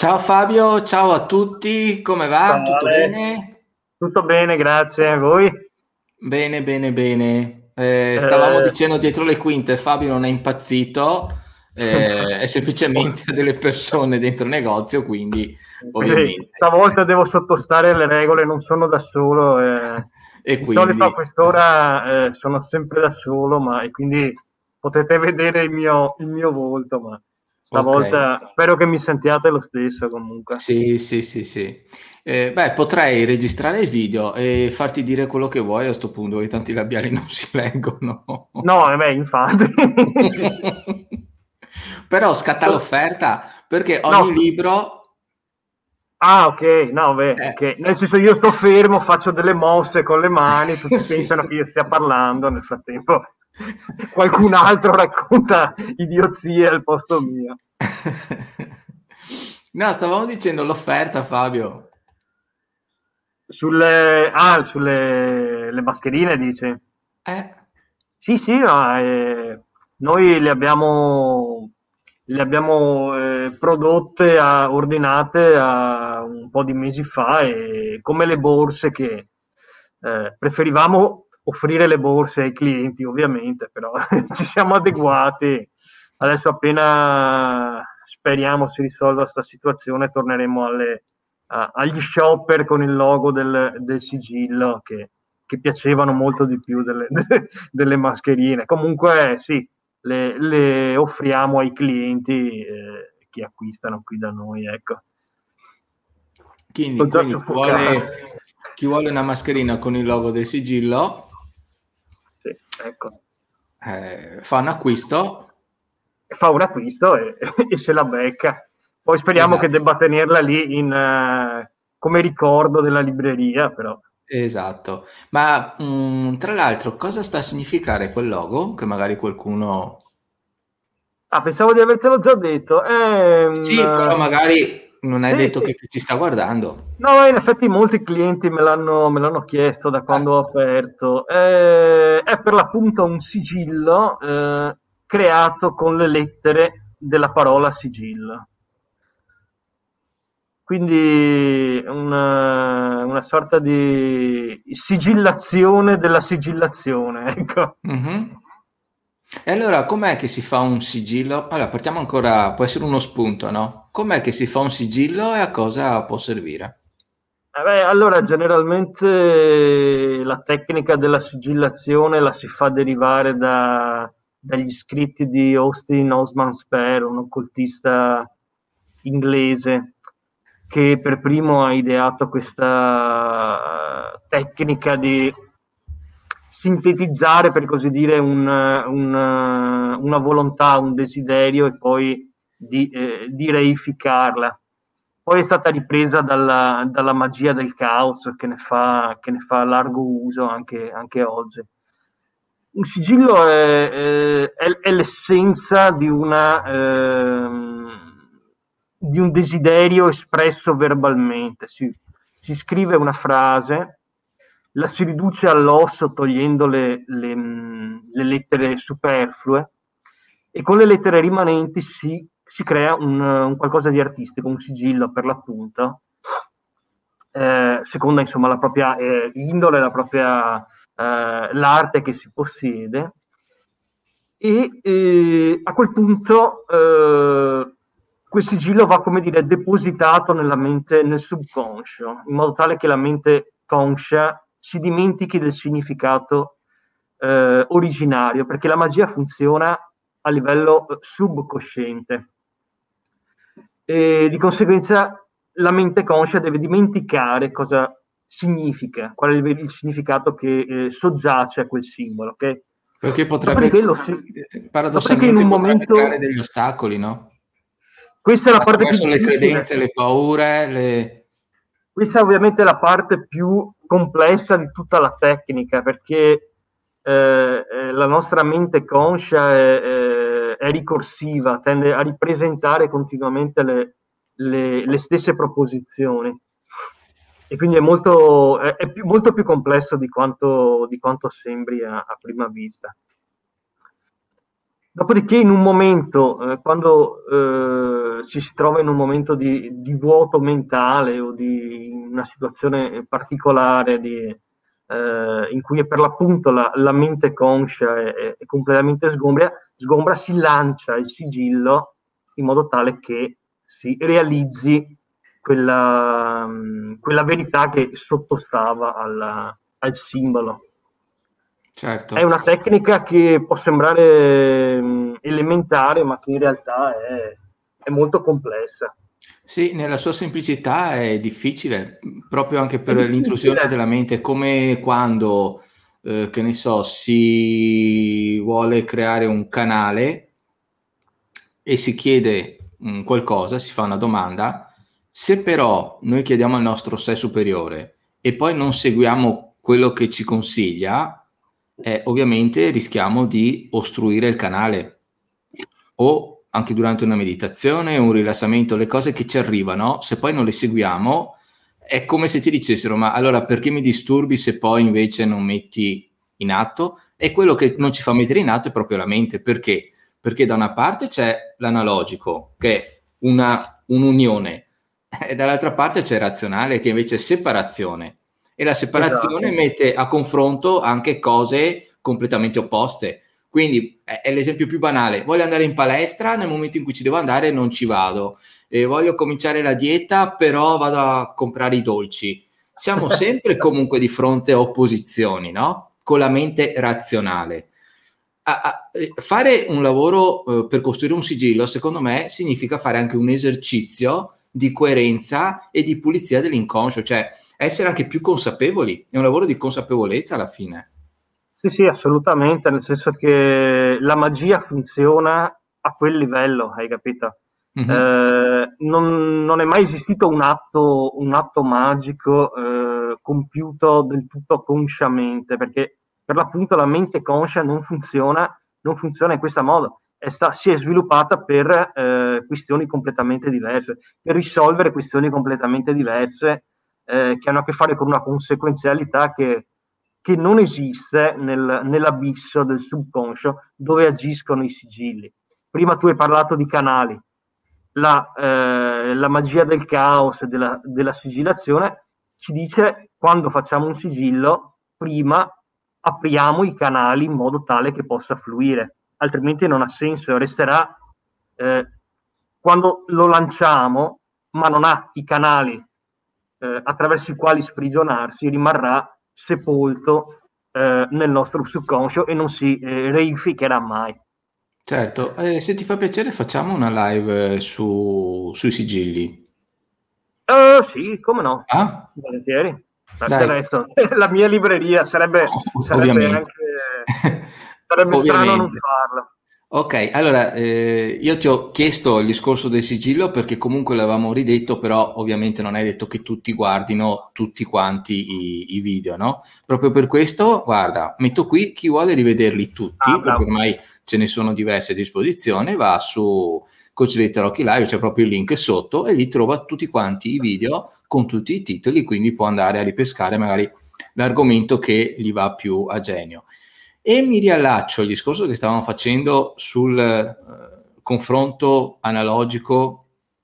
Ciao Fabio, ciao a tutti, come Ciao va? Tutto Ale, bene? tutto bene, grazie. A voi? Bene, bene, bene. Stavamo Eh, dicendo dietro le quinte, Fabio non è impazzito, è semplicemente a delle persone dentro il negozio, quindi Vedi, ovviamente. stavolta devo sottostare alle regole, non sono da solo. E Di solito a quindi, quest'ora sono sempre da solo, e quindi potete vedere il mio volto, ma ok. stavolta spero che mi sentiate lo stesso comunque. Sì, sì, sì, sì. Beh, potrei registrare il video e farti dire quello che vuoi a sto punto, che tanti labiali non si leggono. No, beh, infatti. Però scatta l'offerta perché No, ogni libro... ah, ok, no, beh, eh, ok. Nel senso, io sto fermo, faccio delle mosse con le mani, tutti sì. pensano che io stia parlando, nel frattempo qualcun altro Esatto. racconta idiozie al posto mio. No, stavamo dicendo l'offerta, Fabio. Sulle le mascherine, dici? Eh, Sì, sì, ma, noi le abbiamo prodotte, ordinate un po' di mesi fa, e come le borse che preferivamo offrire le borse ai clienti, ovviamente, però ci siamo adeguati. Adesso appena speriamo si risolva questa situazione, torneremo agli shopper con il logo del sigillo che piacevano molto di più delle mascherine. Comunque sì, le offriamo ai clienti che acquistano qui da noi, ecco. quindi, L'ho già quindi soffocato. chi vuole una mascherina con il logo del sigillo, Sì, ecco. fa un acquisto. Fa un acquisto e se la becca. Poi speriamo che Esatto. debba tenerla lì come ricordo della libreria, però. Esatto, ma tra l'altro cosa sta a significare quel logo? Che magari qualcuno... Ah, pensavo di avertelo già detto. Sì, però magari non è Sì, detto sì. che ci sta guardando. No, in effetti molti clienti me l'hanno chiesto da Eh, quando ho aperto. È per l'appunto un sigillo creato con le lettere della parola sigillo. Quindi una sorta di sigillazione della sigillazione, ecco. mhm. E allora com'è che si fa un sigillo? Allora, partiamo ancora, può essere uno spunto, no? Com'è che si fa un sigillo e a cosa può servire? Beh, allora generalmente la tecnica della sigillazione la si fa derivare dagli scritti di Austin Osman Spare, un occultista inglese che per primo ha ideato questa tecnica di sintetizzare, per così dire, una volontà, un desiderio, e poi di reificarla. Poi è stata ripresa dalla magia del caos che ne fa largo uso anche oggi. Un sigillo è l'essenza di un desiderio espresso verbalmente. Si scrive una frase, la si riduce all'osso togliendo le lettere superflue, e con le lettere rimanenti si crea un qualcosa di artistico, un sigillo per l'appunto, seconda insomma la propria indole, l'arte che si possiede, e a quel punto quel sigillo va, come dire, depositato nella mente, nel subconscio, in modo tale che la mente conscia si dimentichi del significato originario, perché la magia funziona a livello subconsciente, e di conseguenza la mente conscia deve dimenticare cosa significa, qual è il significato che soggiace a quel simbolo. Okay? Perché Dopodiché, dopodiché in paradossalmente un potrebbe creare momento, degli ostacoli, no? questa è la parte più Attraverso le difficile. credenze, le paure, le... Questa ovviamente è la parte più complessa di tutta la tecnica, perché la nostra mente conscia è ricorsiva, tende a ripresentare continuamente le stesse proposizioni, e quindi è molto più complesso di quanto sembri a prima vista. Dopodiché in un momento, quando ci si trova in un momento di vuoto mentale o di una situazione particolare in cui per l'appunto la mente conscia è completamente sgombra, si lancia il sigillo in modo tale che si realizzi quella verità che sottostava al simbolo. È Certo. una tecnica che può sembrare elementare, ma che in realtà è molto complessa. Sì, nella sua semplicità è difficile, proprio anche È per l'intrusione difficile, della mente, come quando, che ne so, si vuole creare un canale e si chiede qualcosa, si fa una domanda, se però noi chiediamo al nostro sé superiore e poi non seguiamo quello che ci consiglia, ovviamente rischiamo di ostruire il canale o anche durante una meditazione, un rilassamento, le cose che ci arrivano, se poi non le seguiamo, è come se ti dicessero, ma allora perché mi disturbi se poi invece non metti in atto? E quello che non ci fa mettere in atto è proprio la mente. Perché? Perché da una parte c'è l'analogico, che è un'unione, e dall'altra parte c'è il razionale, che invece è separazione. E la separazione esatto. mette a confronto anche cose completamente opposte. Quindi è l'esempio più banale. Voglio andare in palestra, nel momento in cui ci devo andare non ci vado. Voglio cominciare la dieta, però vado a comprare i dolci. Siamo sempre comunque di fronte a opposizioni, no? Con la mente razionale. Fare un lavoro per costruire un sigillo, secondo me, significa fare anche un esercizio di coerenza e di pulizia dell'inconscio, cioè essere anche più consapevoli. È un lavoro di consapevolezza alla fine. Sì, sì, assolutamente, nel senso che la magia funziona a quel livello, hai capito? Mhm. Non è mai esistito un atto magico compiuto del tutto consciamente, perché per l'appunto la mente conscia non funziona in questo modo. Si è sviluppata per questioni completamente diverse, per risolvere questioni completamente diverse che hanno a che fare con una conseguenzialità che non esiste nell'abisso del subconscio dove agiscono i sigilli. Prima tu hai parlato di canali, la magia del caos e della sigillazione ci dice quando facciamo un sigillo, prima apriamo i canali in modo tale che possa fluire, altrimenti non ha senso, resterà eh, quando lo lanciamo, ma non ha i canali attraverso i quali sprigionarsi, rimarrà sepolto nel nostro subconscio e non si reificherà mai. Certo, se ti fa piacere facciamo una live sui sigilli. Sì, come no, Ah? volentieri. Del Dai, resto, la mia libreria sarebbe ovviamente. anche sarebbe strano non Ovviamente. farla. Ok, allora io ti ho chiesto il discorso del sigillo perché comunque l'avevamo ridetto, però ovviamente non è detto che tutti guardino tutti quanti i video, no? Proprio per questo, guarda, metto qui chi vuole rivederli Ah, tutti, perché bravo. ormai ce ne sono diverse a disposizione, va su Coach dei Tarocchi Live, c'è proprio il link sotto e lì trova tutti quanti i video con tutti i titoli, quindi può andare a ripescare magari l'argomento che gli va più a genio. E mi riallaccio al discorso che stavamo facendo sul confronto analogico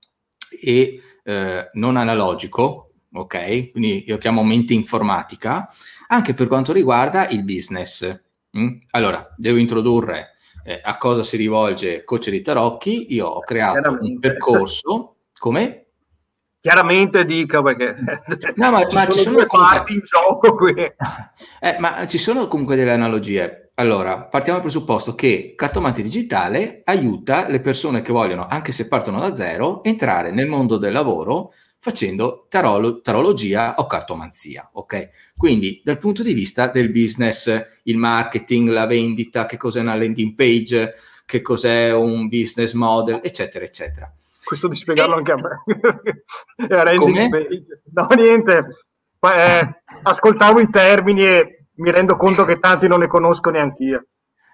e non analogico, ok? Quindi io chiamo mente informatica, anche per quanto riguarda il business. Allora, devo introdurre a cosa si rivolge Coach di Tarocchi. Io ho creato un Chiaramente. percorso, come? Chiaramente dica perché No, ma, ci ma ci sono sono due parti comunque... in gioco qui. Ma ci sono comunque delle analogie. Allora, partiamo dal presupposto che Cartomante Digitale aiuta le persone che vogliono, anche se partono da zero, entrare nel mondo del lavoro facendo tarologia o cartomanzia, ok? Quindi dal punto di vista del business, il marketing, la vendita, che cos'è una landing page, che cos'è un business model, eccetera, eccetera. Questo di spiegarlo E anche a me. È landing come? page. No, niente. Ascoltavo i termini e mi rendo conto che tanti non ne conosco neanche io.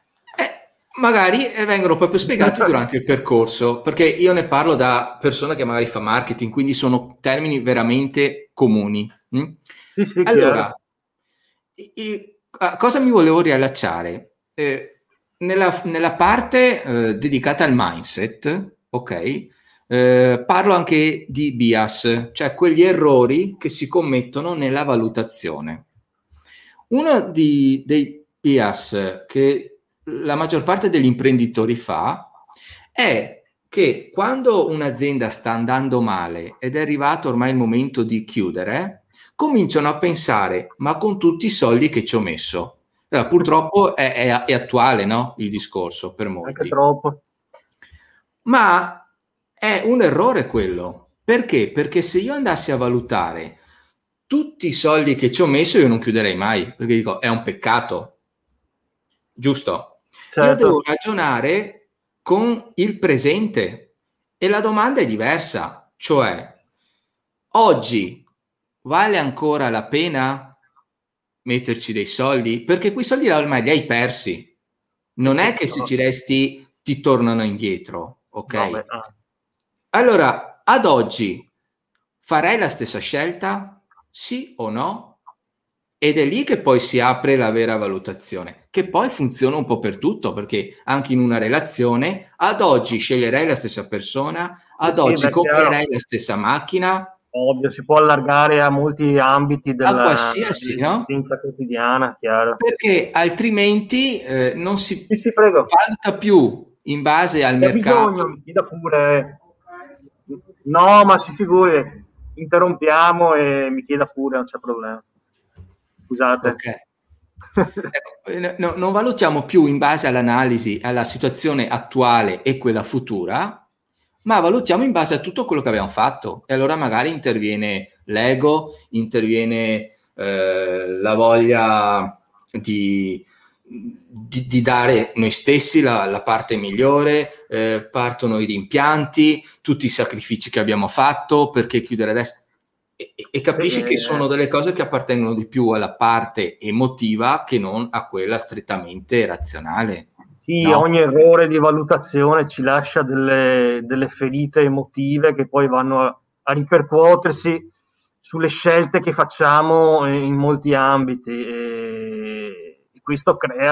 Magari vengono proprio spiegati durante il percorso, perché io ne parlo da persona che magari fa marketing, quindi sono termini veramente comuni. Sì, sì, chiaro. Allora, a cosa mi volevo riallacciare? nella parte dedicata al mindset, ok, parlo anche di bias, cioè quegli errori che si commettono nella valutazione. Uno dei bias che la maggior parte degli imprenditori fa è che quando un'azienda sta andando male ed è arrivato ormai il momento di chiudere, cominciano a pensare, ma con tutti i soldi che ci ho messo. Allora, purtroppo è attuale, no? Il discorso per Anche molti. troppo. Ma è un errore quello. Perché? Perché se io andassi a valutare tutti i soldi che ci ho messo, io non chiuderei mai, perché dico, è un peccato, giusto? Io devo Certo. ragionare con il presente e la domanda è diversa, cioè, oggi vale ancora la pena metterci dei soldi? Perché quei soldi ormai li hai persi. Non è che se No, ci resti ti tornano indietro, no, beh, ok? Allora, ad oggi farei la stessa scelta? Sì o no? Ed è lì che poi si apre la vera valutazione, che poi funziona un po' per tutto, perché anche in una relazione, ad oggi sceglierei la stessa persona, sì, ad sì, oggi beh, chiaro. comprerei la stessa macchina, Ovvio, si può allargare a molti ambiti a qualsiasi, no? dell'esistenza quotidiana, chiaro. Perché altrimenti non si Sì, sì, prego. valuta più in base al Se ha bisogno, mercato. mi chieda pure. No, ma si figuri, interrompiamo e mi chieda pure, non c'è problema. Scusate. Ok. Ecco, non valutiamo più in base all'analisi, alla situazione attuale e quella futura, ma valutiamo in base a tutto quello che abbiamo fatto. E allora magari interviene l'ego, interviene la voglia di dare noi stessi la parte migliore, partono i rimpianti, tutti i sacrifici che abbiamo fatto, perché chiudere adesso. E capisci che sono delle cose che appartengono di più alla parte emotiva che non a quella strettamente razionale, Sì, no? ogni errore di valutazione ci lascia delle ferite emotive che poi vanno a ripercuotersi sulle scelte che facciamo in molti ambiti e questo crea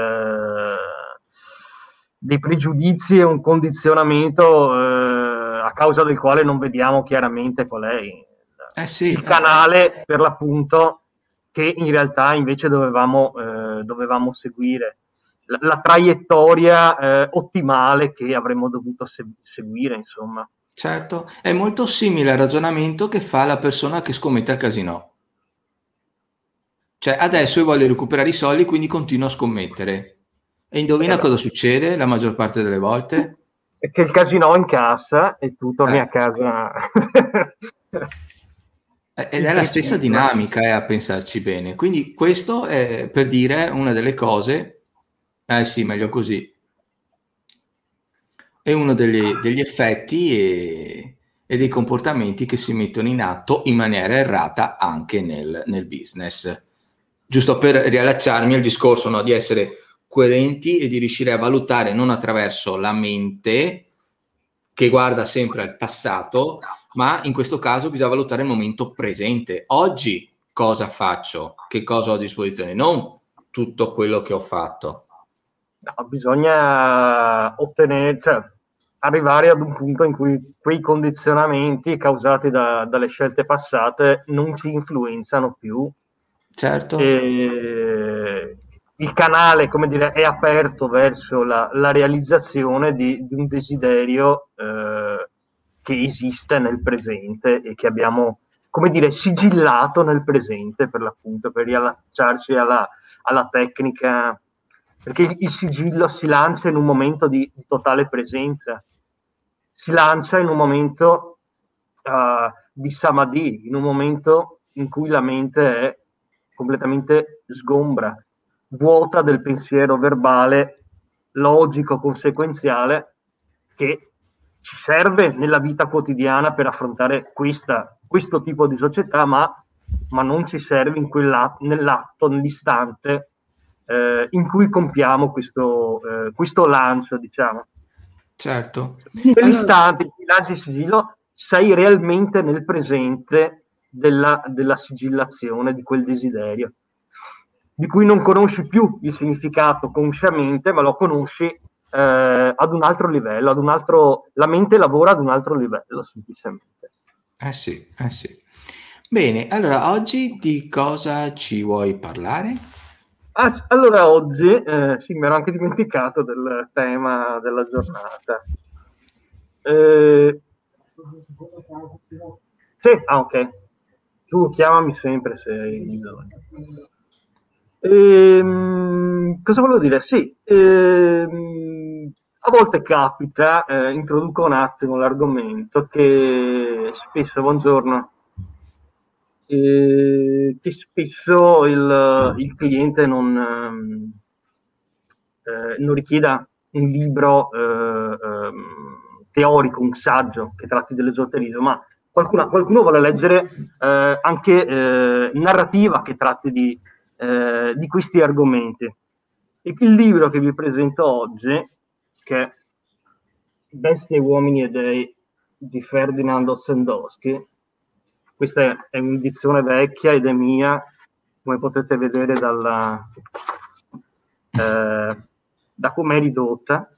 dei pregiudizi e un condizionamento a causa del quale non vediamo chiaramente qual è Eh sì, il canale per l'appunto che in realtà invece dovevamo seguire la traiettoria ottimale che avremmo dovuto seguire, insomma. certo, è molto simile al ragionamento che fa la persona che scommette al casino. Cioè, adesso io voglio recuperare i soldi, quindi continuo a scommettere. E indovina Beh, cosa succede la maggior parte delle volte? è che il casino incassa e tu torni Eh, a casa ed è la stessa intristito. dinamica, a pensarci bene. Quindi questo è per dire una delle cose, eh sì, meglio così, è uno degli effetti e dei comportamenti che si mettono in atto in maniera errata anche nel business. Giusto per riallacciarmi al discorso, no, di essere coerenti e di riuscire a valutare non attraverso la mente che guarda sempre al passato, ma in questo caso bisogna valutare il momento presente. Oggi cosa faccio? Che cosa ho a disposizione? Non tutto quello che ho fatto. No, bisogna ottenere, cioè, arrivare ad un punto in cui quei condizionamenti causati dalle scelte passate non ci influenzano più Certo, e il canale, come dire, è aperto verso la realizzazione di un desiderio che esiste nel presente e che abbiamo, come dire, sigillato nel presente per l'appunto, per riallacciarci alla tecnica, perché il sigillo si lancia in un momento di totale presenza, si lancia in un momento di samadhi, in un momento in cui la mente è completamente sgombra, vuota del pensiero verbale, logico, conseguenziale, che ci serve nella vita quotidiana per affrontare questo tipo di società, ma non ci serve nell'atto, nell'istante in cui compiamo questo lancio, diciamo. certo. Allora, Nell'istante in cui lanci il sigillo, sei realmente nel presente della sigillazione di quel desiderio. di cui non conosci più il significato consciamente, ma lo conosci ad un altro livello, la mente lavora ad un altro livello semplicemente. Sì, sì. Bene, allora oggi di cosa ci vuoi parlare? Allora oggi, sì, mi ero anche dimenticato del tema della giornata. Sì, ok. Tu chiamami sempre se hai bisogno. Cosa volevo dire? Sì, a volte capita, introduco un attimo l'argomento, che spesso, buongiorno, che spesso il cliente non richieda un libro teorico, un saggio che tratti dell'esoterismo, ma qualcuno vuole leggere anche narrativa che tratti di questi argomenti. E il libro che vi presento oggi, che è Bestie, uomini e dei di Ferdinand Ossendowski, questa è un'edizione vecchia ed è mia, come potete vedere da come è ridotta.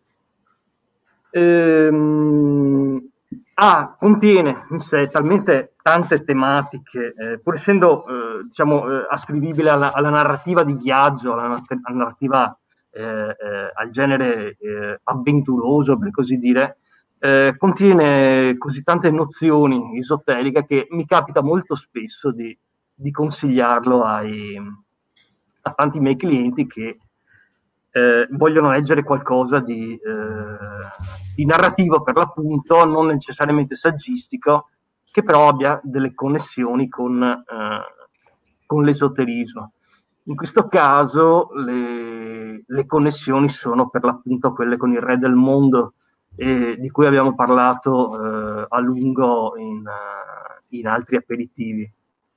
Contiene in sé talmente tante tematiche, pur essendo ascrivibile alla narrativa di viaggio, alla narrativa al genere avventuroso, per così dire, contiene così tante nozioni esoteriche che mi capita molto spesso di consigliarlo a tanti miei clienti che vogliono leggere qualcosa di narrativo, per l'appunto, non necessariamente saggistico, che però abbia delle connessioni con l'esoterismo. In questo caso le connessioni sono per l'appunto quelle con il re del mondo, di cui abbiamo parlato a lungo in altri aperitivi.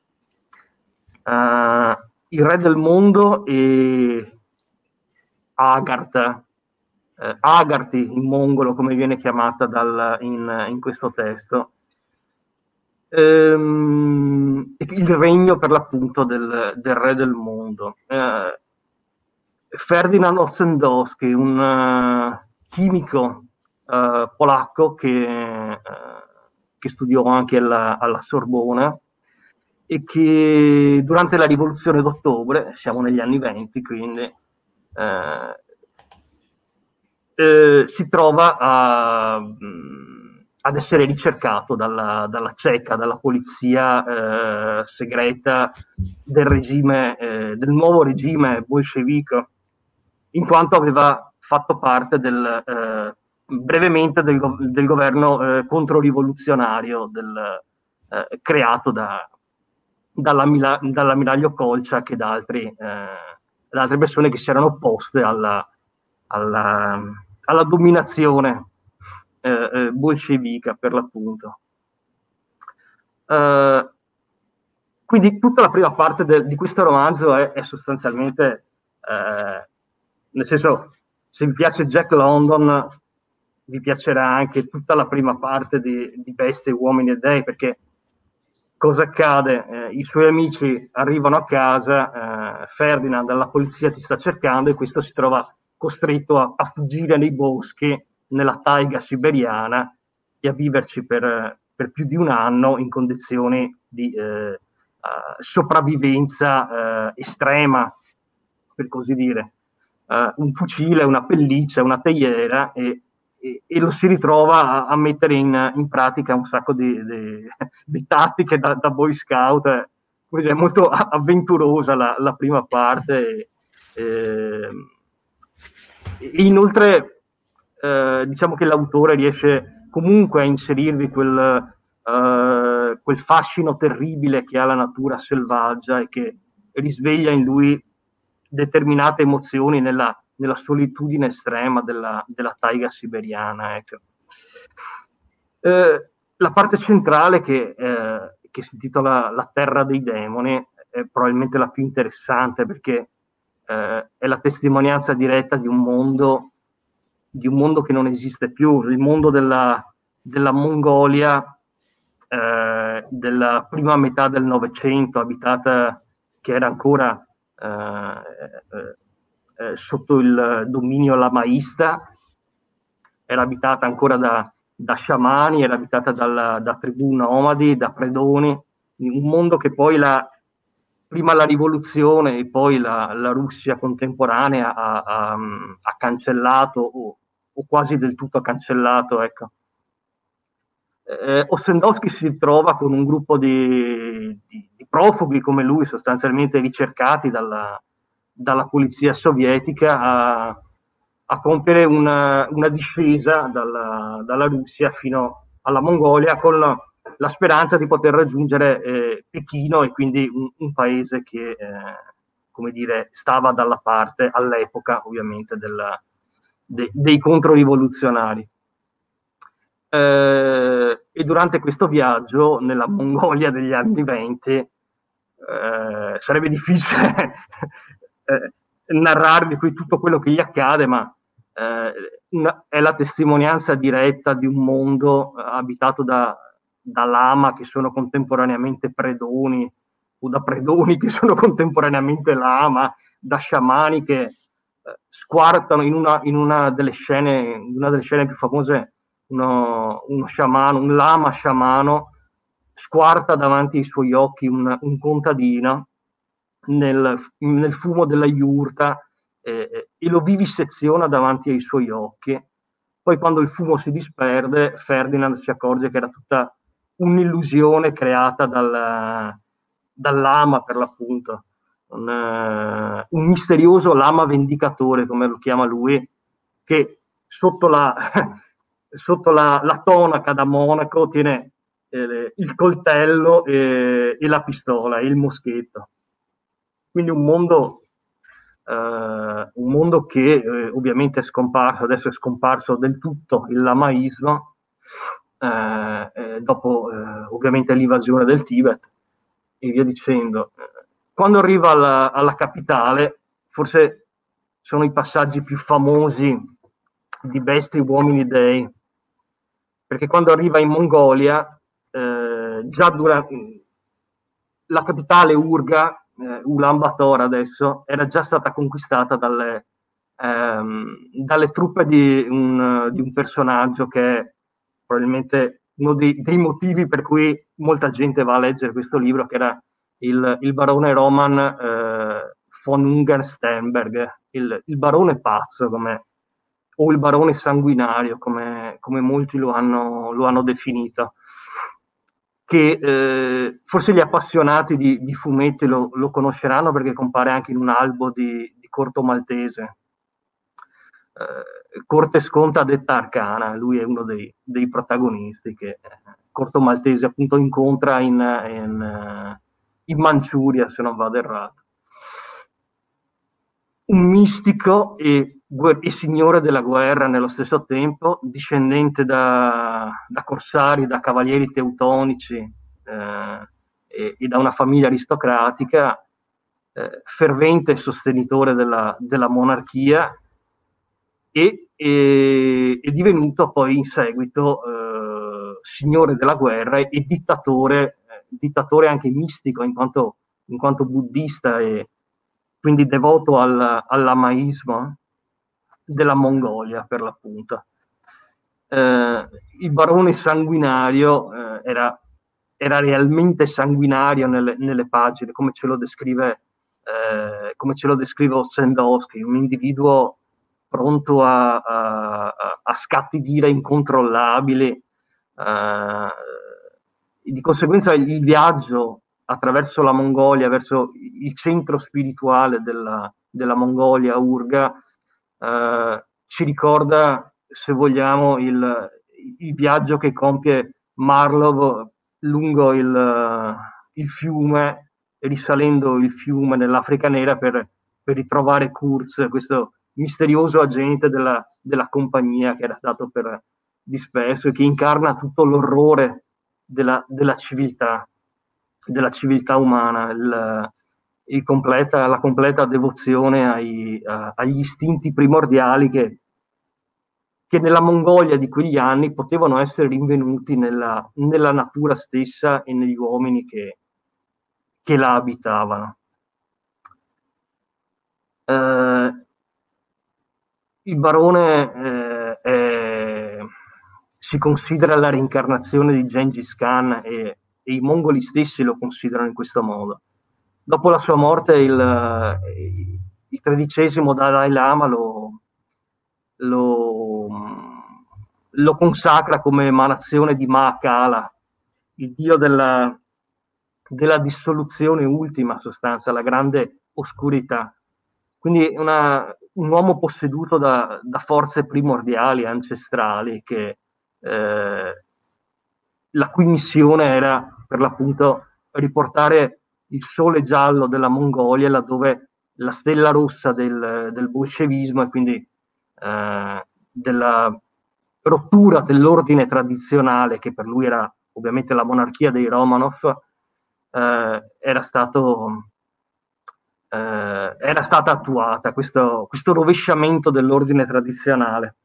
Il re del mondo e Agartha, Agarthi in mongolo, come viene chiamata in questo testo, il regno per l'appunto del re del mondo. Ferdinand Ossendowski, un chimico polacco che studiò anche alla Sorbona e che durante la rivoluzione d'ottobre, siamo negli anni 20, quindi si trova ad essere ricercato dalla Ceca, dalla polizia segreta del regime, del nuovo regime bolscevico, in quanto aveva fatto parte brevemente del governo controrivoluzionario creato dall'ammiraglio Kolchak e da altre persone che si erano opposte alla dominazione bolscevica, per l'appunto. Quindi tutta la prima parte di questo romanzo è sostanzialmente, nel senso, se vi piace Jack London, vi piacerà anche tutta la prima parte di Bestie, uomini e dei, perché cosa accade? I suoi amici arrivano a casa, Ferdinand, la polizia ti sta cercando, e questo si trova costretto a fuggire nei boschi, nella taiga siberiana, e a viverci per più di un anno in condizioni di sopravvivenza estrema, per così dire. Un fucile, una pelliccia, una teiera, e lo si ritrova a mettere in pratica un sacco di tattiche da Boy Scout. Quindi è molto avventurosa la prima parte. Inoltre diciamo che l'autore riesce comunque a inserirvi quel fascino terribile che ha la natura selvaggia e che risveglia in lui determinate emozioni nella solitudine estrema della taiga siberiana. Ecco. La parte centrale che si intitola La terra dei demoni è probabilmente la più interessante, perché è la testimonianza diretta di un mondo che non esiste più, il mondo della Mongolia della prima metà del Novecento, abitata, che era ancora sotto il dominio lamaista, era abitata ancora da sciamani, era abitata da tribù nomadi, da predoni, un mondo che poi prima la rivoluzione e poi la Russia contemporanea ha cancellato o quasi del tutto cancellato, ecco. Ossendowski si trova con un gruppo di profughi come lui, sostanzialmente ricercati dalla polizia sovietica, a compiere una discesa dalla Russia fino alla Mongolia, con la speranza di poter raggiungere Pechino, e quindi un paese che, come dire, stava dalla parte all'epoca ovviamente dei controrivoluzionari. E durante questo viaggio nella Mongolia degli anni '20 sarebbe difficile narrarvi qui tutto quello che gli accade, ma è la testimonianza diretta di un mondo abitato da lama che sono contemporaneamente predoni, o da predoni che sono contemporaneamente lama, da sciamani che squartano in una delle scene più famose. Uno sciamano, un lama sciamano, squarta davanti ai suoi occhi un contadino nel fumo della iurta, e lo viviseziona davanti ai suoi occhi. Poi quando il fumo si disperde, Ferdinand si accorge che era tutta un'illusione creata dal lama, per l'appunto, un misterioso lama vendicatore, come lo chiama lui, che sotto la tonaca da monaco tiene il coltello e la pistola e il moschetto. Quindi un mondo che ovviamente è scomparso, adesso è scomparso del tutto il lamaismo, dopo ovviamente l'invasione del Tibet e via dicendo. Quando arriva alla capitale, forse sono i passaggi più famosi di Bestie, Uomini, Dei, perché quando arriva in Mongolia, già durante la capitale Urga, Ulaanbaatar adesso, era già stata conquistata dalle truppe di un personaggio che è probabilmente uno dei motivi per cui molta gente va a leggere questo libro, che era il barone Roman von Ungern-Sternberg, il barone pazzo, o il barone sanguinario, come molti lo hanno definito, che forse gli appassionati di fumetti lo conosceranno, perché compare anche in un albo di Corto Maltese, Corte Sconta detta Arcana. Lui è uno dei protagonisti che Corto Maltese appunto incontra in Manciuria, se non vado errato. Un mistico e signore della guerra nello stesso tempo, discendente da corsari, da cavalieri teutonici, e da una famiglia aristocratica, fervente sostenitore della monarchia, e divenuto poi in seguito signore della guerra e dittatore anche mistico, in quanto buddista, e quindi devoto al lamaismo della Mongolia, per l'appunto. Il barone sanguinario era realmente sanguinario nelle pagine, come ce lo descrive Ossendowski, un individuo pronto a scatti d'ira incontrollabili. Di conseguenza il viaggio attraverso la Mongolia, verso il centro spirituale della Mongolia, Urga, ci ricorda, se vogliamo, il viaggio che compie Marlov lungo il fiume, risalendo il fiume nell'Africa nera per ritrovare Kurz, questo misterioso agente della compagnia che era stato disperso e che incarna tutto l'orrore della civiltà umana, la completa devozione agli istinti primordiali che nella Mongolia di quegli anni potevano essere rinvenuti nella natura stessa e negli uomini che la abitavano. Eh, il barone si considera la reincarnazione di Gengis Khan e i mongoli stessi lo considerano in questo modo. Dopo la sua morte il 13° Dalai Lama lo, lo consacra come emanazione di Mahakala, il dio della dissoluzione ultima, sostanza, la grande oscurità. Quindi un uomo posseduto da forze primordiali, ancestrali, la cui missione era per l'appunto riportare il sole giallo della Mongolia laddove la stella rossa del bolscevismo e quindi della rottura dell'ordine tradizionale, che per lui era ovviamente la monarchia dei Romanov, era stata attuata, questo rovesciamento dell'ordine tradizionale.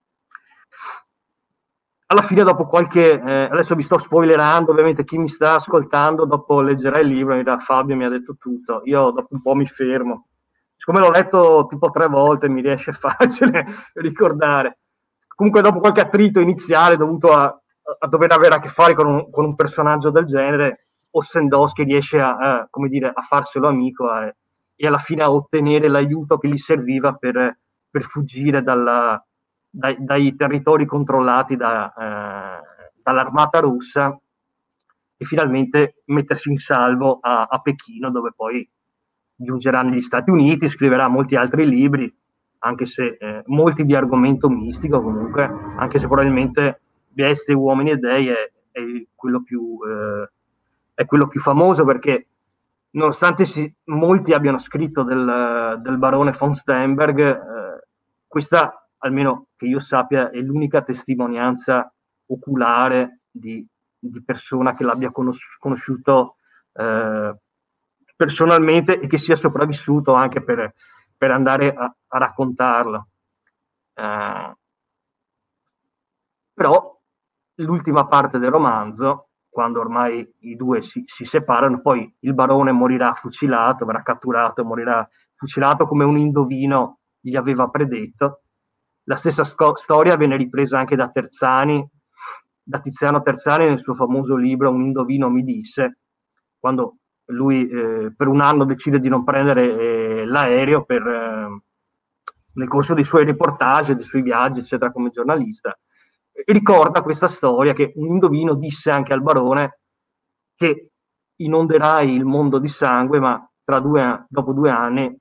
Alla fine, dopo adesso vi sto spoilerando, ovviamente chi mi sta ascoltando dopo leggerà il libro e dirà: Fabio mi ha detto tutto, io dopo un po' mi fermo. Siccome l'ho letto tipo 3 volte mi riesce facile ricordare. Comunque dopo qualche attrito iniziale dovuto a dover avere a che fare con un personaggio del genere, Ossendowski riesce come dire, a farselo amico e alla fine a ottenere l'aiuto che gli serviva per fuggire dai territori controllati dall'armata russa e finalmente mettersi in salvo a Pechino, dove poi giungerà negli Stati Uniti, scriverà molti altri libri, anche se molti di argomento mistico comunque, anche se probabilmente Bestie, Uomini e Dei è quello più famoso, perché nonostante molti abbiano scritto del barone von Sternberg, questa, almeno che io sappia, è l'unica testimonianza oculare di persona che l'abbia conosciuto personalmente e che sia sopravvissuto anche per andare a raccontarlo. Però l'ultima parte del romanzo, quando ormai i due si separano, poi il barone morirà fucilato, verrà catturato e morirà fucilato come un indovino gli aveva predetto. La stessa storia viene ripresa anche da Tiziano Terzani nel suo famoso libro Un indovino mi disse, quando lui per un anno decide di non prendere l'aereo nel corso dei suoi reportage, dei suoi viaggi, eccetera, come giornalista. Ricorda questa storia che un indovino disse anche al barone che inonderai il mondo di sangue, ma dopo 2 anni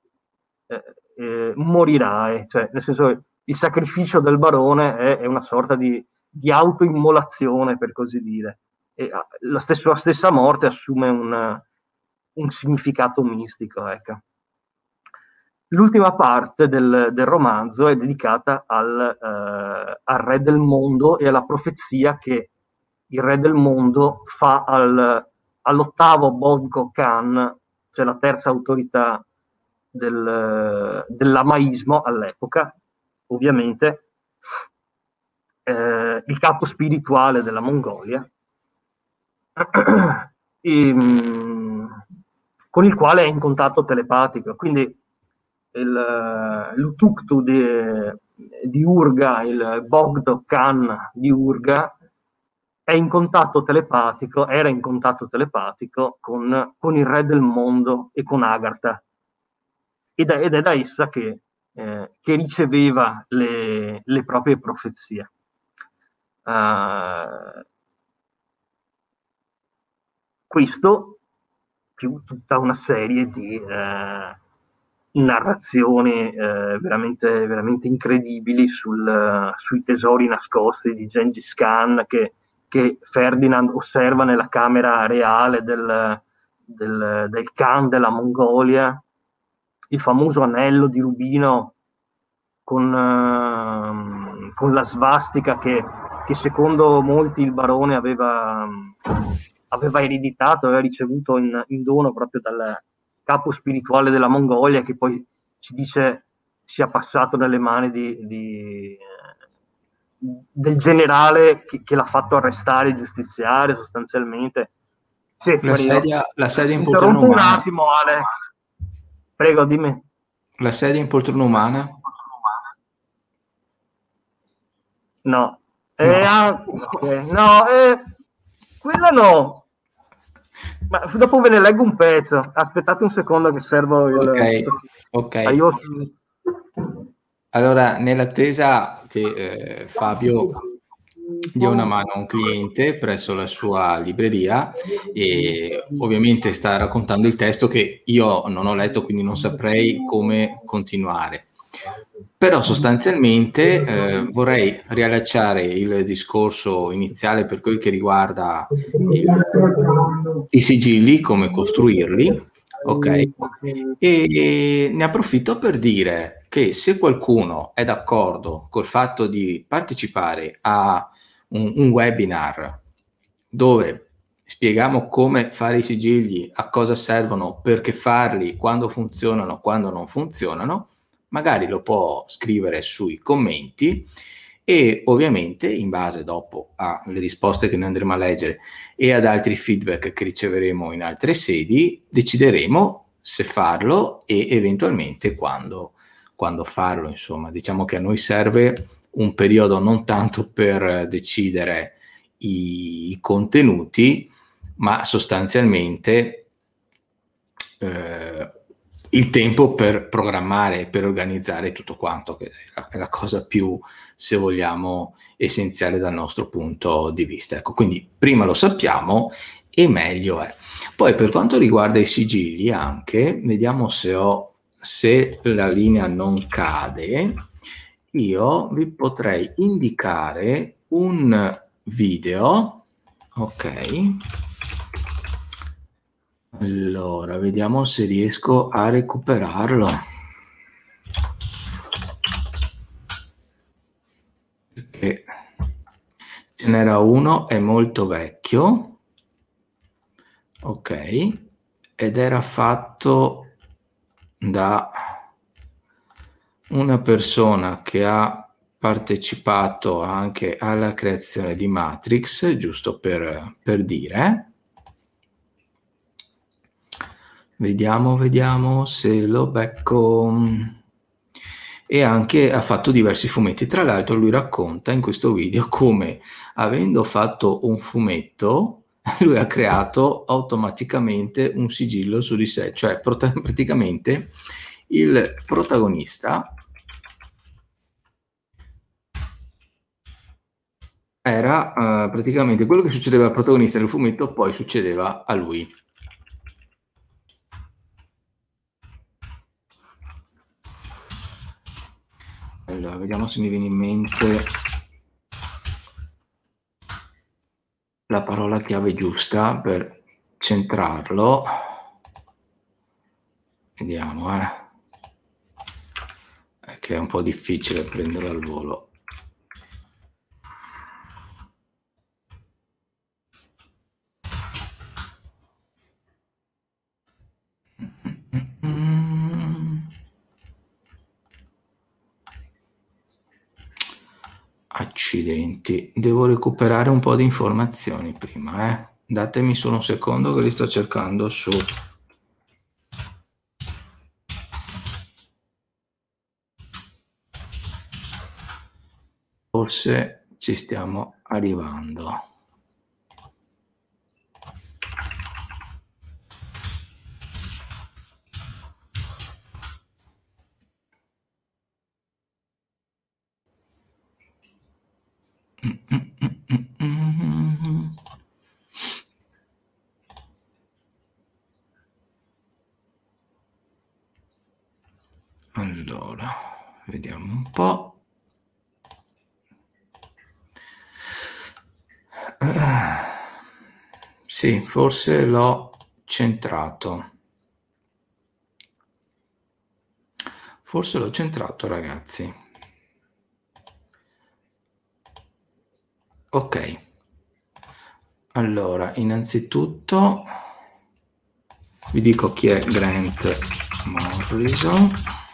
morirai. Cioè, nel senso, il sacrificio del barone è una sorta di autoimmolazione, per così dire. E la stessa morte assume un significato mistico, ecco. L'ultima parte del romanzo è dedicata al re del mondo e alla profezia che il re del mondo fa all'8° Bogdo Khan, cioè la terza autorità dell'amaismo all'epoca, ovviamente, il capo spirituale della Mongolia, con il quale è in contatto telepatico. Quindi l'Utuktu di Urga, il Bogdo Khan di Urga, era in contatto telepatico con il re del mondo e con Agartha, ed è da essa che riceveva le proprie profezie. Questo più tutta una serie di narrazioni veramente, veramente incredibili sui tesori nascosti di Gengis Khan che Ferdinand osserva nella camera reale del Khan della Mongolia, il famoso anello di rubino con la svastica che secondo molti il barone aveva ereditato, aveva ricevuto in dono proprio dal capo spirituale della Mongolia, che poi si dice sia passato nelle mani del generale che l'ha fatto arrestare e giustiziare sostanzialmente. La sedia in poltrona interrompo un umana. attimo, Ale. Prego, dimmi. La sedia in poltrona umana? No. No. No, quella no. Ma dopo ve ne leggo un pezzo. Aspettate un secondo che servo il... Ok. Aiuto. Allora, nell'attesa che Fabio dia una mano a un cliente presso la sua libreria, e ovviamente sta raccontando il testo che io non ho letto, quindi non saprei come continuare. Però sostanzialmente vorrei riallacciare il discorso iniziale per quel che riguarda i sigilli, come costruirli, ok? E ne approfitto per dire che se qualcuno è d'accordo col fatto di partecipare a un webinar dove spieghiamo come fare i sigilli, a cosa servono, perché farli, quando funzionano, quando non funzionano, magari lo può scrivere sui commenti e ovviamente in base dopo alle risposte che noi andremo a leggere e ad altri feedback che riceveremo in altre sedi, decideremo se farlo e eventualmente quando farlo. Insomma, diciamo che a noi serve un periodo non tanto per decidere i contenuti, ma sostanzialmente il tempo per programmare, per organizzare tutto quanto, che è la cosa più, se vogliamo, essenziale dal nostro punto di vista. Ecco, quindi prima lo sappiamo e meglio è. Poi per quanto riguarda i sigilli anche, vediamo se la linea non cade, io vi potrei indicare un video, ok? Allora, vediamo se riesco a recuperarlo. Perché ce n'era uno, è molto vecchio, ok, ed era fatto da una persona che ha partecipato anche alla creazione di Matrix, giusto per dire. Vediamo se lo becco. E anche ha fatto diversi fumetti. Tra l'altro lui racconta in questo video come, avendo fatto un fumetto, lui ha creato automaticamente un sigillo su di sé, cioè praticamente il protagonista era praticamente quello che succedeva al protagonista del fumetto, poi succedeva a lui. Allora, vediamo se mi viene in mente la parola chiave giusta per centrarlo. Vediamo, che è un po' difficile prenderlo al volo. Accidenti, devo recuperare un po' di informazioni prima, Datemi solo un secondo che li sto cercando su. Forse ci stiamo arrivando. Allora, vediamo un po'. Sì, forse l'ho centrato. Forse l'ho centrato, ragazzi. Ok. Allora, innanzitutto vi dico chi è Grant Morrison.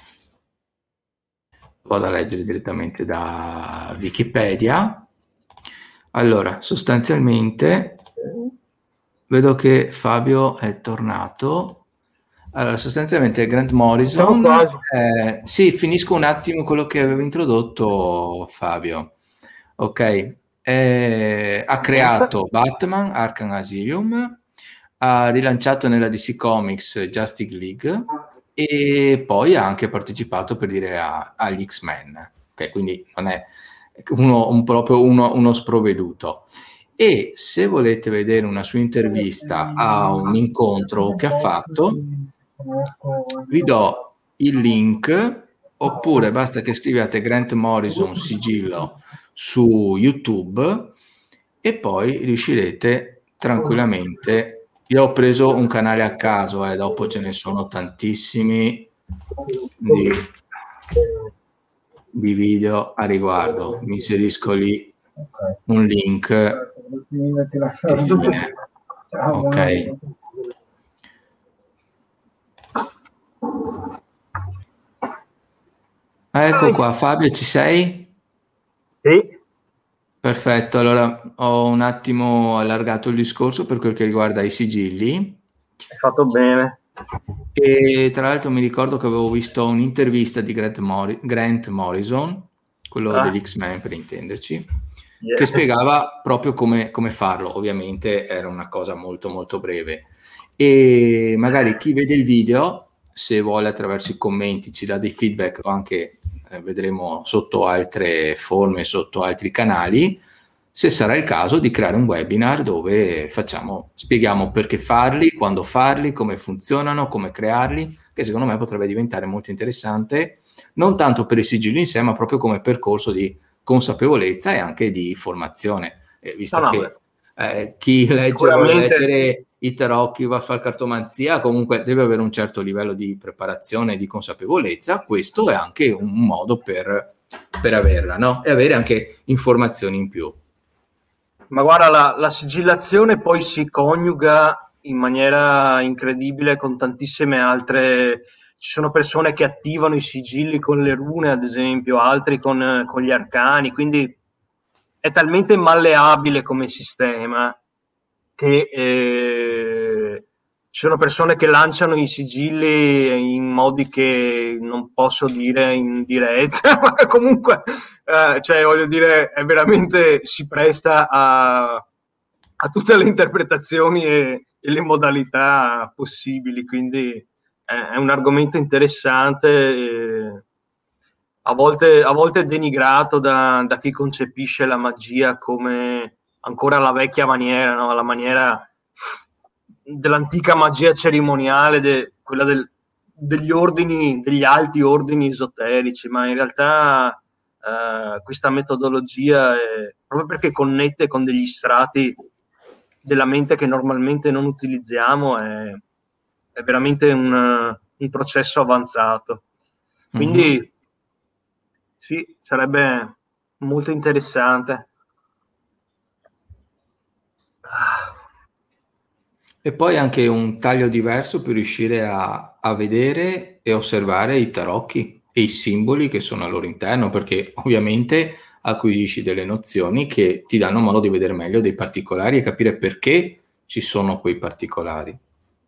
Vado a leggere direttamente da Wikipedia. Allora, sostanzialmente vedo che Fabio è tornato. Allora, sostanzialmente Grant Siamo Morrison, quasi. sì, finisco un attimo quello che avevo introdotto Fabio. Ok, ha Niente. creato Batman Arkham Asylum, ha rilanciato nella DC Comics Justice League e poi ha anche partecipato per dire agli X-Men. Ok, quindi non è proprio uno sprovveduto. E se volete vedere una sua intervista a un incontro che ha fatto, vi do il link, oppure basta che scriviate Grant Morrison sigillo su YouTube e poi riuscirete tranquillamente. Io ho preso un canale a caso, dopo ce ne sono tantissimi di video a riguardo. Mi inserisco lì un link e fine. Ok. Ecco qua, Fabio, ci sei? Sì, Perfetto, allora ho un attimo allargato il discorso per quel che riguarda i sigilli hai fatto bene. e tra l'altro mi ricordo che avevo visto un'intervista di Grant Morrison, quello Ah, degli X-Men per intenderci, che yeah. spiegava proprio come farlo. Ovviamente era una cosa molto molto breve e magari chi vede il video, se vuole attraverso i commenti ci dà dei feedback o anche vedremo sotto altre forme, sotto altri canali, se sarà il caso di creare un webinar dove spieghiamo perché farli, quando farli, come funzionano, come crearli, che secondo me potrebbe diventare molto interessante, non tanto per il sigillo in sé, ma proprio come percorso di consapevolezza e anche di formazione, No, visto no, che chi vuole sicuramente. leggere i tarocchi, va a fare cartomanzia, comunque deve avere un certo livello di preparazione e di consapevolezza. Questo è anche un modo per averla, no? E avere anche informazioni in più. Ma guarda, la sigillazione poi si coniuga in maniera incredibile con tantissime altre. Ci sono persone che attivano i sigilli con le rune, ad esempio, altri con gli arcani, quindi è talmente malleabile come sistema che ci sono persone che lanciano i sigilli in modi che non posso dire in diretta, ma comunque, cioè, voglio dire, è veramente si presta a tutte le interpretazioni e le modalità possibili, quindi è un argomento interessante. A volte denigrato da chi concepisce la magia come ancora la vecchia maniera, no? La maniera dell'antica magia cerimoniale, quella degli ordini, degli alti ordini esoterici, ma in realtà questa metodologia, proprio perché connette con degli strati della mente che normalmente non utilizziamo, è veramente un processo avanzato. Mm-hmm. Quindi sì, sarebbe molto interessante. E poi anche un taglio diverso per riuscire a vedere e osservare i tarocchi e i simboli che sono al loro interno, perché ovviamente acquisisci delle nozioni che ti danno modo di vedere meglio dei particolari e capire perché ci sono quei particolari.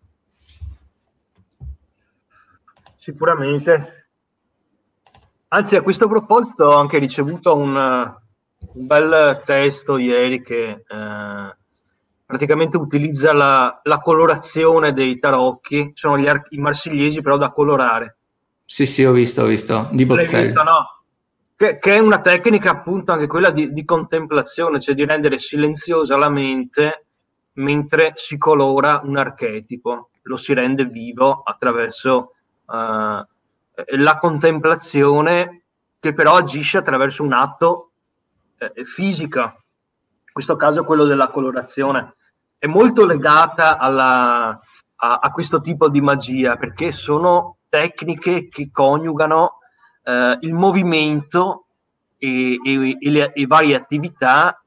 Sicuramente. Anzi, a questo proposito ho anche ricevuto un bel testo ieri che praticamente utilizza la colorazione dei tarocchi, sono i marsigliesi però da colorare. Sì, sì, ho visto, di L'hai visto, Bozzelli. no? Che è una tecnica appunto anche quella di contemplazione, cioè di rendere silenziosa la mente mentre si colora un archetipo, lo si rende vivo attraverso la contemplazione, che però agisce attraverso un atto fisico, in questo caso quello della colorazione. È molto legata a questo tipo di magia, perché sono tecniche che coniugano il movimento e varie attività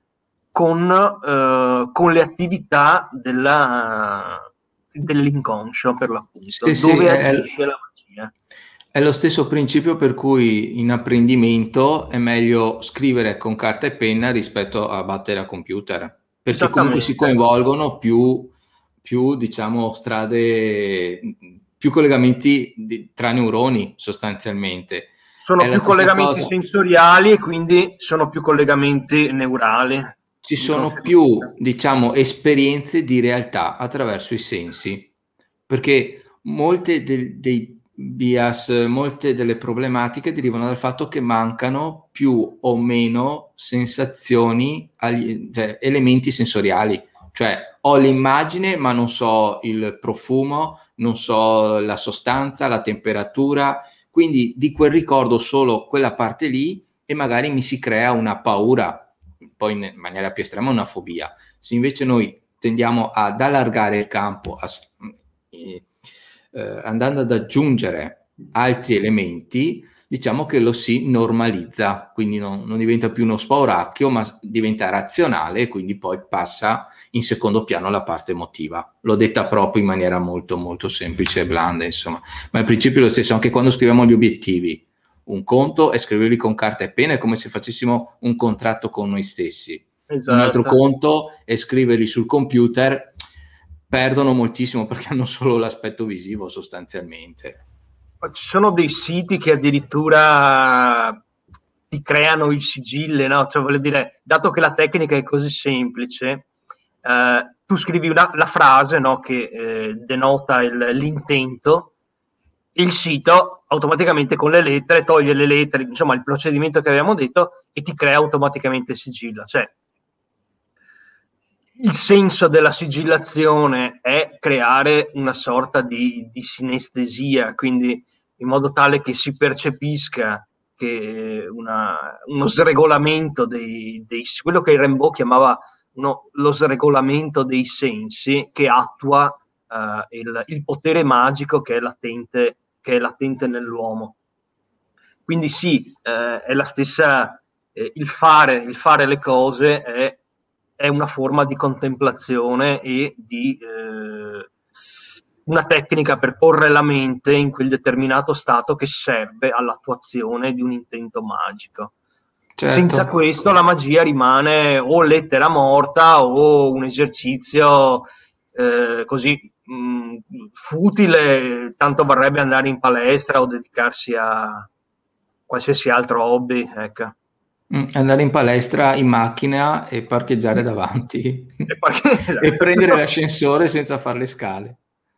con le attività dell'inconscio, per l'appunto, Sì, sì, dove agisce la magia. è lo stesso principio per cui in apprendimento è meglio scrivere con carta e penna rispetto a battere a computer, perché comunque si Esattamente. coinvolgono più diciamo, strade più collegamenti tra neuroni sostanzialmente. Sono È la più stessa collegamenti cosa. sensoriali e quindi sono più collegamenti neurali. Ci Di sono conseguenza. più, diciamo, esperienze di realtà attraverso i sensi, perché molte dei bias, molte delle problematiche derivano dal fatto che mancano più o meno sensazioni, cioè elementi sensoriali. Cioè ho l'immagine ma non so il profumo, non so la sostanza, la temperatura, quindi di quel ricordo solo quella parte lì e magari mi si crea una paura, poi in maniera più estrema una fobia. Se invece noi tendiamo ad allargare il campo, andando ad aggiungere altri elementi, diciamo che lo si normalizza, quindi non diventa più uno spauracchio, ma diventa razionale e quindi poi passa in secondo piano la parte emotiva. L'ho detta proprio in maniera molto molto semplice e blanda, insomma, ma il principio è lo stesso anche quando scriviamo gli obiettivi. Un conto è scriverli con carta e penna, è come se facessimo un contratto con noi stessi. Un altro Esatto. conto è scriverli sul computer, perdono moltissimo perché hanno solo l'aspetto visivo sostanzialmente. Ci sono dei siti che addirittura ti creano il sigillo, no? Cioè, voglio dire, dato che la tecnica è così semplice, tu scrivi la frase, no, che denota l'intento, il sito automaticamente con le lettere toglie le lettere, insomma il procedimento che avevamo detto, e ti crea automaticamente il sigillo. Cioè, il senso della sigillazione è creare una sorta di sinestesia, quindi in modo tale che si percepisca che uno sregolamento quello che Rimbaud chiamava lo sregolamento dei sensi, che attua il potere magico che è latente nell'uomo. Quindi sì, è la stessa, il fare le cose è una forma di contemplazione e di una tecnica per porre la mente in quel determinato stato che serve all'attuazione di un intento magico. Senza Certo. questo la magia rimane o lettera morta o un esercizio così futile, tanto varrebbe andare in palestra o dedicarsi a qualsiasi altro hobby, ecco. Andare in palestra in macchina e parcheggiare davanti E poi, e prendere l'ascensore senza fare le scale.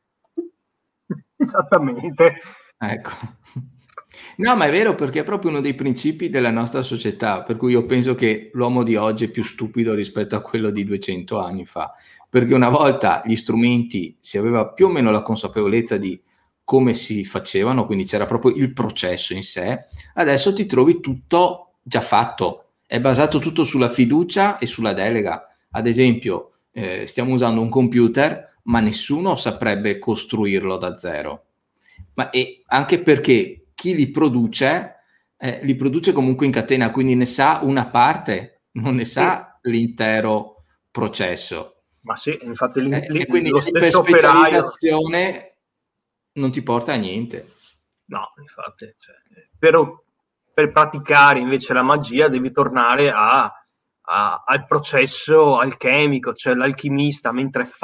esattamente. Ecco. No, ma è vero perché è proprio uno dei principi della nostra società, per cui io penso che l'uomo di oggi è più stupido rispetto a quello di 200 anni fa, perché una volta gli strumenti si aveva più o meno la consapevolezza di come si facevano, quindi c'era proprio il processo in sé, adesso ti trovi tutto già fatto, è basato tutto sulla fiducia e sulla delega. Ad esempio, stiamo usando un computer, ma nessuno saprebbe costruirlo da zero. Ma anche perché chi li produce comunque in catena, quindi ne sa una parte, non ne Sì, sa l'intero processo. ma sì, infatti E quindi lo stesso operaio. l'iperspecializzazione non ti porta a niente. No, infatti, cioè, per praticare invece la magia devi tornare al processo alchemico, cioè l'alchimista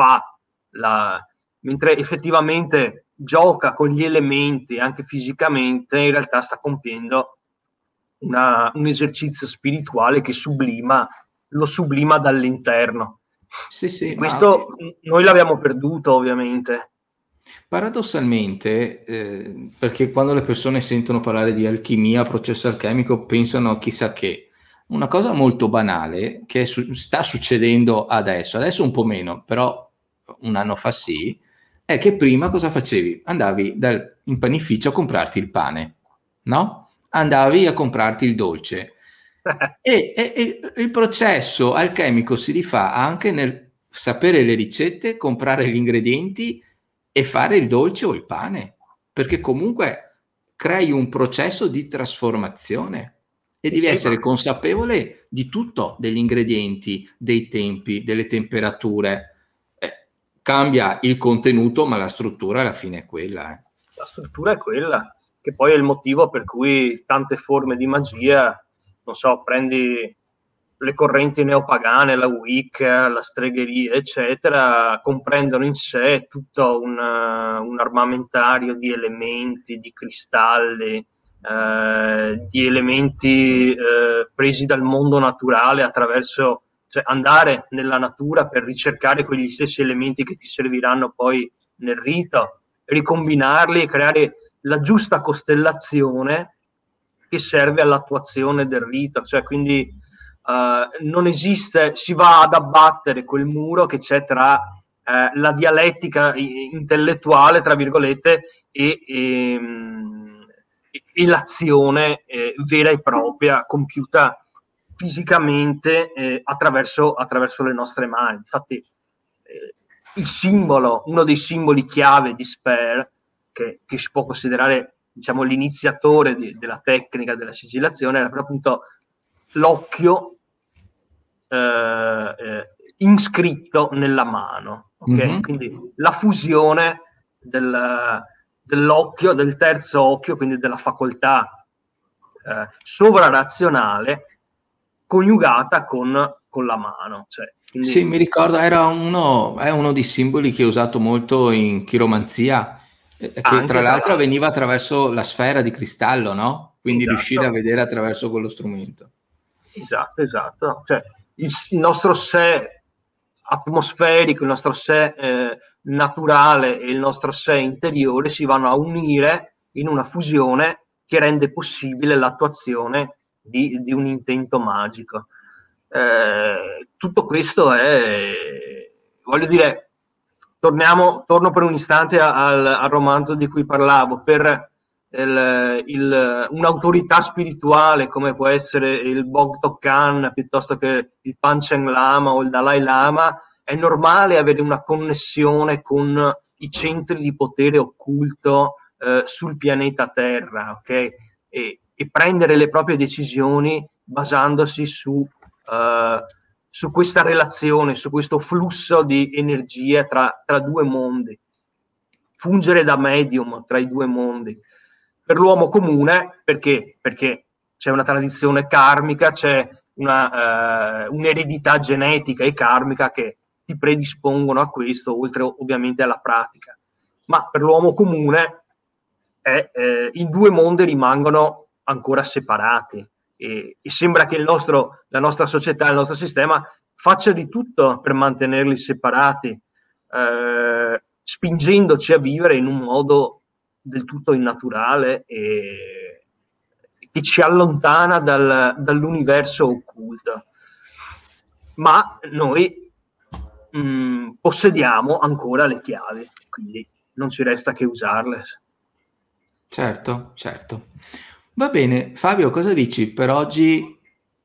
mentre effettivamente gioca con gli elementi anche fisicamente, in realtà sta compiendo un esercizio spirituale che lo sublima dall'interno. Sì, E sì, ma questo noi l'abbiamo perduto, ovviamente. paradossalmente, perché quando le persone sentono parlare di alchimia, processo alchemico, pensano a chissà che. Una cosa molto banale che sta succedendo adesso un po' meno, però un anno fa sì, è che prima cosa facevi? Andavi in panificio a comprarti il pane, no? Andavi a comprarti il dolce. E il processo alchemico si rifà anche nel sapere le ricette, comprare gli ingredienti e fare il dolce o il pane, perché comunque crei un processo di trasformazione e Sì, devi sì, essere ma consapevole di tutto, degli ingredienti, dei tempi, delle temperature. Cambia il contenuto, ma la struttura alla fine è quella. la struttura è quella, che poi è il motivo per cui tante forme di magia, non so, prendi le correnti neopagane, la Wicca, la stregheria, eccetera, comprendono in sé tutto un armamentario di elementi, di cristalli, di elementi presi dal mondo naturale attraverso, cioè andare nella natura per ricercare quegli stessi elementi che ti serviranno poi nel rito, ricombinarli e creare la giusta costellazione che serve all'attuazione del rito, cioè quindi non esiste, si va ad abbattere quel muro che c'è tra la dialettica intellettuale, tra virgolette, e l'azione vera e propria compiuta fisicamente attraverso le nostre mani. Infatti il simbolo, uno dei simboli chiave di Sper, che si può considerare, diciamo, l'iniziatore della tecnica della sigillazione, era proprio appunto l'occhio iscritto nella mano, okay? Mm-hmm. Quindi la fusione dell'occhio, del terzo occhio, quindi della facoltà sovrarazionale coniugata con la mano. Cioè, quindi... Sì, mi ricordo, è uno dei simboli che ho usato molto in chiromanzia, che tra l'altro veniva attraverso la sfera di cristallo, no? Quindi esatto. Riuscire a vedere attraverso quello strumento. Esatto. Cioè, il nostro sé atmosferico, il nostro sé naturale e il nostro sé interiore si vanno a unire in una fusione che rende possibile l'attuazione di un intento magico. Tutto questo è, voglio dire, torno per un istante al romanzo di cui parlavo, per un'autorità spirituale come può essere il Bogdo Khan piuttosto che il Panchen Lama o il Dalai Lama, è normale avere una connessione con i centri di potere occulto sul pianeta Terra, ok? E prendere le proprie decisioni basandosi su questa relazione, su questo flusso di energia tra due mondi, fungere da medium tra i due mondi. Per l'uomo comune, perché c'è una tradizione karmica, c'è un'eredità genetica e karmica che ti predispongono a questo, oltre ovviamente alla pratica. Ma per l'uomo comune i due mondi rimangono ancora separati e sembra che la nostra società, il nostro sistema faccia di tutto per mantenerli separati, spingendoci a vivere in un modo del tutto innaturale e che ci allontana dall'universo occulto. Ma noi possediamo ancora le chiavi, quindi non ci resta che usarle. Certo. Va bene, Fabio, cosa dici per oggi?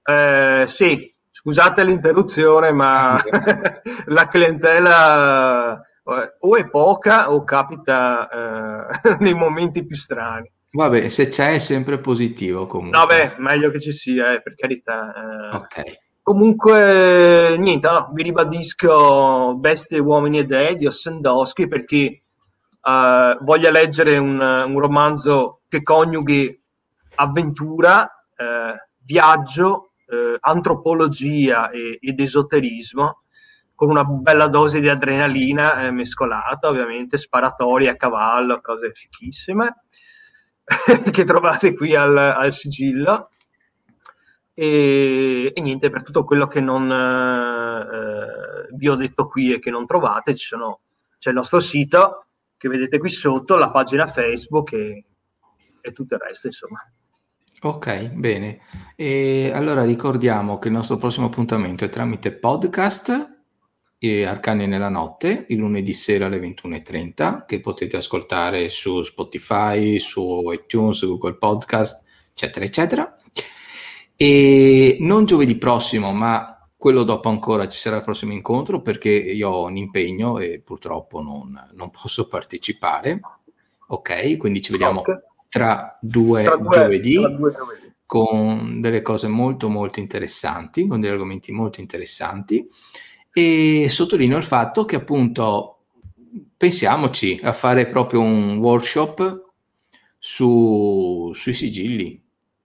Sì, scusate l'interruzione, ma la clientela o è poca o capita nei momenti più strani. Vabbè, se c'è è sempre positivo comunque. Vabbè, meglio che ci sia, per carità. Ok. Comunque, niente, no, vi ribadisco Bestie, Uomini e Dei di Ossendowski per chi voglia leggere un romanzo che coniughi avventura, viaggio, antropologia ed esoterismo, con una bella dose di adrenalina mescolata, ovviamente, sparatorie a cavallo, cose fichissime che trovate qui al sigillo. E niente, per tutto quello che non vi ho detto qui e che non trovate, c'è il nostro sito che vedete qui sotto, la pagina Facebook e tutto il resto, insomma. Ok, bene. E allora ricordiamo che il nostro prossimo appuntamento è tramite podcast Arcani nella notte, il lunedì sera alle 21:30, che potete ascoltare su Spotify, su iTunes, su Google Podcast, eccetera, eccetera. E non giovedì prossimo, ma quello dopo ancora ci sarà il prossimo incontro, perché io ho un impegno e purtroppo non posso partecipare. Ok, quindi ci vediamo tra due giovedì con delle cose molto molto interessanti, con degli argomenti molto interessanti, e sottolineo il fatto che appunto pensiamoci a fare proprio un workshop sui sigilli.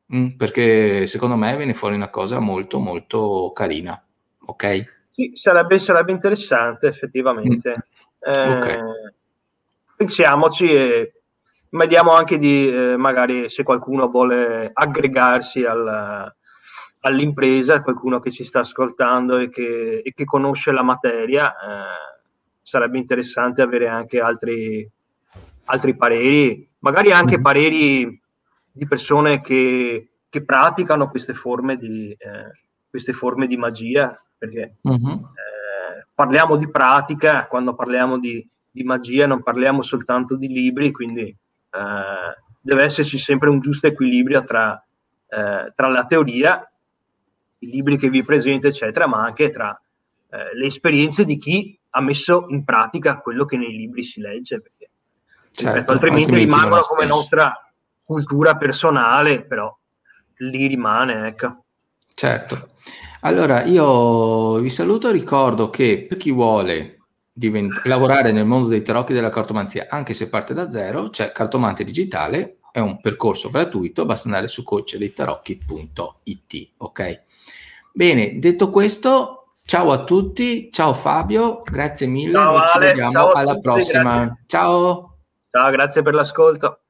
perché secondo me viene fuori una cosa molto molto carina, ok? Sì, sarebbe interessante effettivamente. Ok. Pensiamoci e vediamo anche di magari se qualcuno vuole aggregarsi all'impresa, qualcuno che ci sta ascoltando e che conosce la materia, sarebbe interessante avere anche altri pareri, magari anche Mhm. pareri di persone che praticano queste forme di magia, perché Mhm. parliamo di pratica, quando parliamo di magia non parliamo soltanto di libri, quindi deve esserci sempre un giusto equilibrio tra la teoria, i libri che vi presento, eccetera, ma anche tra le esperienze di chi ha messo in pratica quello che nei libri si legge, perché, ripeto, Certo, altrimenti altrimenti non ha rimangono come senso. nostra cultura personale, però lì rimane, ecco. Certo. Allora, io vi saluto, ricordo che per chi vuole lavorare nel mondo dei tarocchi e della cartomanzia, anche se parte da zero, c'è Cartomante Digitale, è un percorso gratuito, basta andare su coachdeitarochi.it, ok? Bene, detto questo, ciao a tutti, ciao Fabio, grazie mille, Ciao noi ci Ale, vediamo ciao a alla tutti, grazie. prossima. Ciao! Ciao, grazie per l'ascolto.